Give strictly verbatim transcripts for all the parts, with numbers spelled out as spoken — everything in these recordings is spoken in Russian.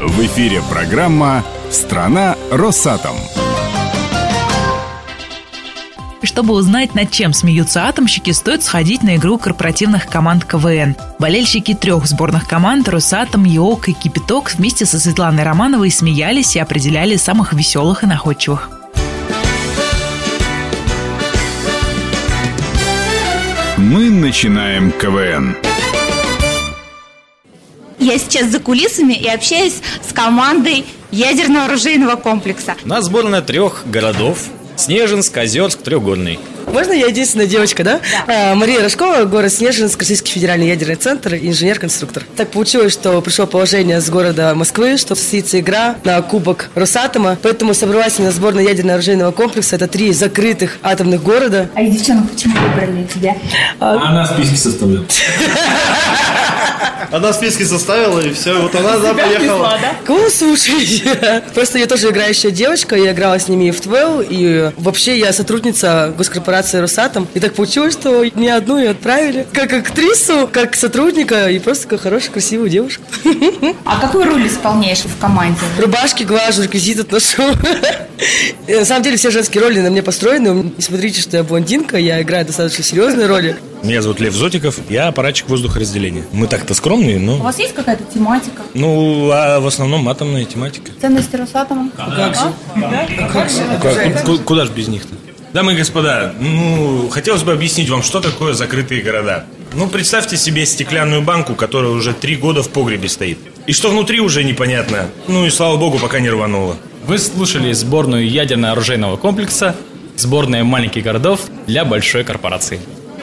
В эфире программа «Страна Росатом». Чтобы узнать, над чем смеются атомщики, стоит сходить на игру корпоративных команд КВН. Болельщики трех сборных команд «Росатом», «ЕОК» и «Кипяток» вместе со Светланой Романовой смеялись и определяли самых веселых и находчивых. Мы начинаем КВН. Я сейчас за кулисами и общаюсь с командой ядерного оружейного комплекса. У нас сборная трех городов: Снежинск, Озерск, Треугольный. Можно я единственная девочка, да? Да. А, Мария Рожкова, город Снежинск, Российский федеральный ядерный центр, инженер-конструктор. Так получилось, что пришло положение с города Москвы, что состоится игра на кубок Росатома, поэтому собралась на сборная ядерного оружейного комплекса. Это три закрытых атомных города. А из девчонок почему выбрали тебя? А она списки составляет. Она списки составила, и все, вот она, да, приехала. Кого слушаете? Просто я тоже играющая девочка, я играла с ними и в Твелл, и вообще я сотрудница госкорпорации «Росатом». И так получилось, что меня одну и отправили как актрису, как сотрудника, и просто как хорошую, красивую девушку. А какую роль исполняешь в команде? Рубашки глажу, реквизит отношу. На самом деле все женские роли на мне построены. Не смотрите, что я блондинка, я играю достаточно серьезные роли. Меня зовут Лев Зотиков, я аппаратчик воздухоразделения. Мы так-то скромные, но... У вас есть какая-то тематика? Ну, а в основном атомная тематика. Ценности Росатома? А как же? Как же? Куда, куда, куда же без них-то? Дамы и господа, ну, хотелось бы объяснить вам, что такое закрытые города. Ну, представьте себе стеклянную банку, которая уже три года в погребе стоит. И что внутри уже непонятно. Ну и слава богу, пока не рвануло. Вы слушали сборную ядерно-оружейного комплекса, сборная маленьких городов для большой корпорации.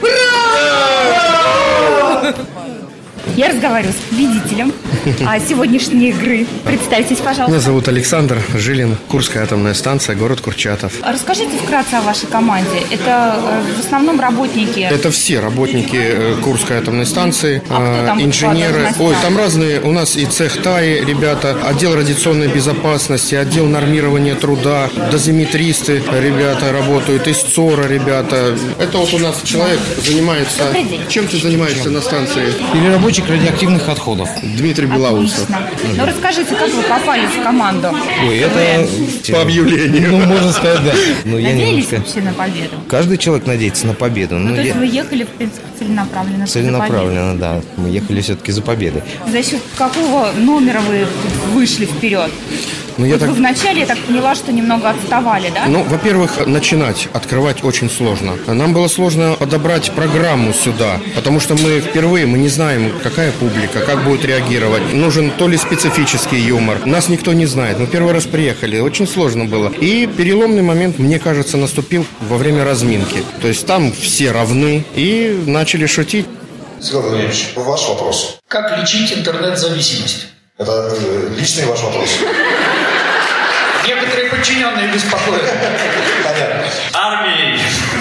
Я разговариваю с победителем сегодняшней игры. Представьтесь, пожалуйста. Меня зовут Александр Жилин, Курская атомная станция, город Курчатов. Расскажите вкратце о вашей команде. Это в основном работники? Это все работники Курской атомной станции, а кто там инженеры. Ой, там разные. У нас и цех ТАИ, ребята, отдел радиационной безопасности, отдел нормирования труда, дозиметристы, ребята работают, из ЦОРа, ребята. Это вот у нас человек занимается. Чем ты занимаешься на станции? Переработчик радиоактивных отходов. Дмитрий Белоусов. Ну расскажите, как вы попали в команду? Ой, это по объявлению. Ну, можно сказать, да. Ну, я Надеялись немножко... вообще на победу? Каждый человек надеется на победу. Ну, ну то есть я... вы ехали, в принципе, целенаправленно. Целенаправленно, да. Мы ехали все-таки за победой. За счет какого номера вы вышли вперед? Ну, я вот так... Вы вначале, я так поняла, что немного отставали, да? Ну, во-первых, начинать открывать очень сложно. Нам было сложно подобрать программу сюда, потому что мы впервые, мы не знаем, какая публика, как будет реагировать. Нужен то ли специфический юмор. Нас никто не знает. Мы первый раз приехали, очень сложно было. И переломный момент, мне кажется, наступил во время разминки. То есть там все равны и начали шутить. Сергей Владимирович, ваш вопрос. Как лечить интернет-зависимость? Это личный ваш вопрос. Некоторые подчиненные беспокоят. Понятно. Армией.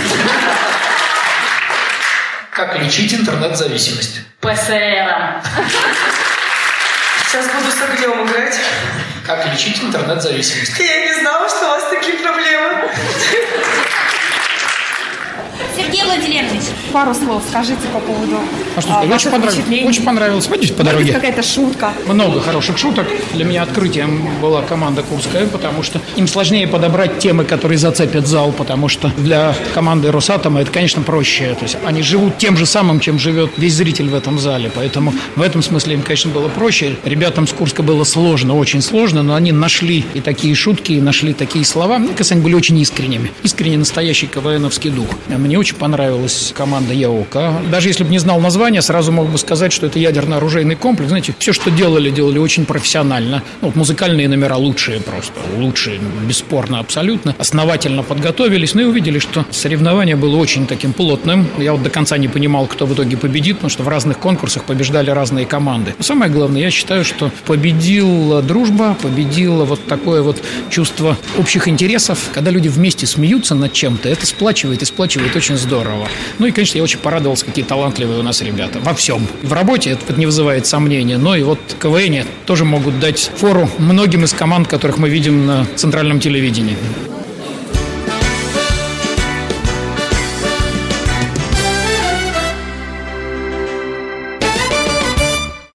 Как лечить интернет-зависимость? ПСРом. Сейчас буду с огнем играть. Как лечить интернет-зависимость? Я не знала, что у вас такие проблемы. Сергей Владимирович, пару слов скажите по поводу а что сказать? Очень, понрав... Очень понравилось. Пойдите по дороге. Какая-то шутка. Много хороших шуток. Для меня открытием была команда Курская, потому что им сложнее подобрать темы, которые зацепят зал, потому что для команды Росатома это, конечно, проще. То есть они живут тем же самым, чем живет весь зритель в этом зале. Поэтому в этом смысле им, конечно, было проще. Ребятам с Курска было сложно, очень сложно, но они нашли и такие шутки, и нашли такие слова. Мне кажется, они были очень искренними. Искренне настоящий КВНовский дух. Мне очень понравилась команда ЕОК. Даже если бы не знал название, сразу мог бы сказать, что это ядерно-оружейный комплекс. Знаете, все, что делали, делали очень профессионально. Ну, вот музыкальные номера лучшие просто. Лучшие, бесспорно, абсолютно. Основательно подготовились. Ну и увидели, что соревнование было очень таким плотным. Я вот до конца не понимал, кто в итоге победит, потому что в разных конкурсах побеждали разные команды. Но самое главное, я считаю, что победила дружба, победило вот такое вот чувство общих интересов. Когда люди вместе смеются над чем-то, это сплачивает и сплачивает очень здорово. Ну и, конечно, я очень порадовался, какие талантливые у нас ребята. Во всем. В работе это не вызывает сомнения, но и вот в КВНе тоже могут дать фору многим из команд, которых мы видим на центральном телевидении.